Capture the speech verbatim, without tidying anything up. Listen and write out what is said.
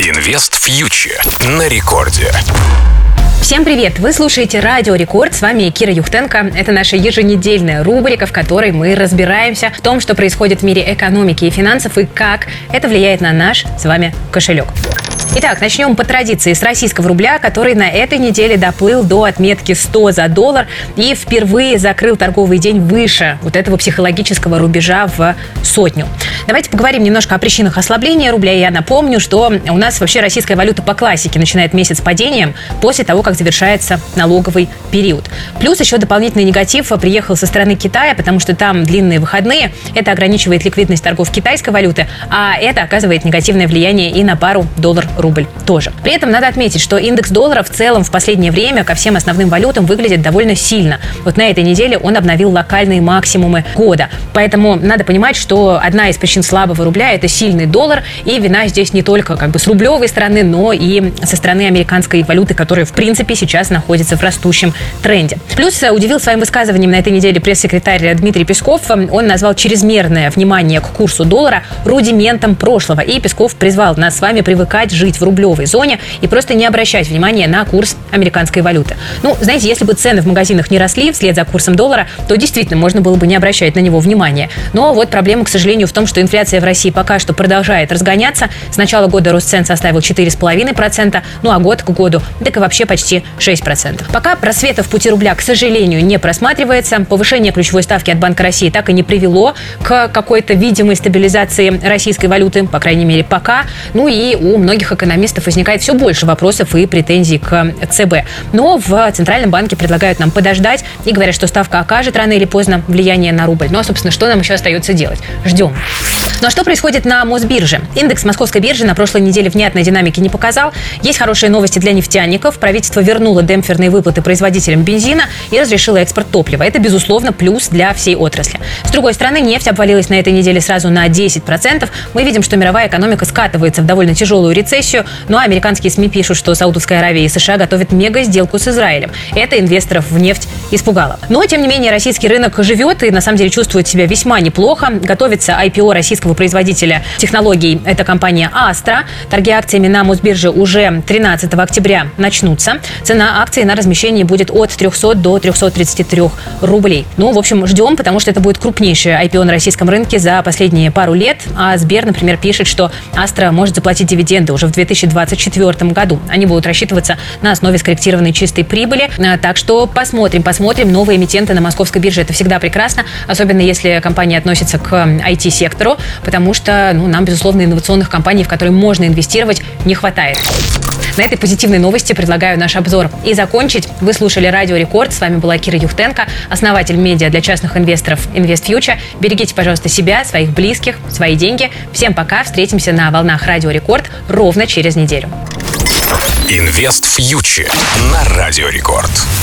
Инвест Фьючер на рекорде. Всем привет! Вы слушаете Радио Рекорд. С вами Кира Юхтенко. Это наша еженедельная рубрика, в которой мы разбираемся в том, что происходит в мире экономики и финансов и как это влияет на наш с вами кошелек. Итак, начнем по традиции с российского рубля, который на этой неделе доплыл до отметки сто за доллар и впервые закрыл торговый день выше вот этого психологического рубежа в сотню. Давайте поговорим немножко о причинах ослабления рубля. Я напомню, что у нас вообще российская валюта по классике начинает месяц падением после того, как завершается налоговый период. Плюс еще дополнительный негатив приехал со стороны Китая, потому что там длинные выходные. Это ограничивает ликвидность торгов китайской валюты, а это оказывает негативное влияние и на пару доллар-рубль тоже. При этом надо отметить, что индекс доллара в целом в последнее время ко всем основным валютам выглядит довольно сильно. Вот на этой неделе он обновил локальные максимумы года. Поэтому надо понимать, что одна из причин слабого рубля – это сильный доллар, и вина здесь не только как бы с рублевой стороны, но и со стороны американской валюты, которая в принципе сейчас находится в растущем тренде. Плюс удивил своим высказыванием на этой неделе пресс-секретарь Дмитрий Песков. Он назвал чрезмерное внимание к курсу доллара рудиментом прошлого. И Песков призвал нас с вами привыкать жить в рублевой зоне и просто не обращать внимания на курс американской валюты. Ну, знаете, если бы цены в магазинах не росли вслед за курсом доллара, то действительно можно было бы не обращать на него внимания. Но вот проблема, к сожалению, в том, что инфляция в России пока что продолжает разгоняться. С начала года рост цен составил четыре целых пять десятых процента, ну а год к году так и вообще почти шесть процентов. Пока просвета в пути рубля, к сожалению, не просматривается. Повышение ключевой ставки от Банка России так и не привело к какой-то видимой стабилизации российской валюты, по крайней мере, пока. Ну и у многих экономистов возникает все больше вопросов и претензий к ЦБ. Но в Центральном банке предлагают нам подождать и говорят, что ставка окажет рано или поздно влияние на рубль. Ну а, собственно, что нам еще остается делать? Ждем. Ну а что происходит на Мосбирже? Индекс Московской биржи на прошлой неделе внятной динамики не показал. Есть хорошие новости для нефтяников. Правительство вернуло демпферные выплаты производителям бензина и разрешило экспорт топлива. Это, безусловно, плюс для всей отрасли. С другой стороны, нефть обвалилась на этой неделе сразу на десять процентов. Мы видим, что мировая экономика скатывается в довольно тяжелую рецессию. Ну а американские СМИ пишут, что Саудовская Аравия и США готовят мега-сделку с Израилем. Это инвесторов в нефть испугало. Но, тем не менее, российский рынок живет и, на самом деле, чувствует себя весьма неплохо. Готовится ай пи о российского производителя технологий. Это компания Astra. Торги акциями на Мосбирже уже тринадцатого октября начнутся. Цена акций на размещении будет от трехсот до трехсот тридцати трёх рублей. Ну, в общем, ждем, потому что это будет крупнейшее ай пи о на российском рынке за последние пару лет. А Сбер, например, пишет, что Astra может заплатить дивиденды уже в две тысячи двадцать четвёртом году. Они будут рассчитываться на основе скорректированной чистой прибыли. Так что посмотрим, посмотрим. Новые эмитенты на московской бирже – это всегда прекрасно, особенно если компания относится к ай ти-сектору, потому что ну, нам, безусловно, инновационных компаний, в которые можно инвестировать, не хватает. На этой позитивной новости предлагаю наш обзор и закончить. Вы слушали Радио Рекорд. С вами была Кира Юхтенко, основатель медиа для частных инвесторов Инвест Фьючер. Берегите, пожалуйста, себя, своих близких, свои деньги. Всем пока. Встретимся на волнах Радио Рекорд ровно через неделю. Инвест Фьючер на Радио Рекорд.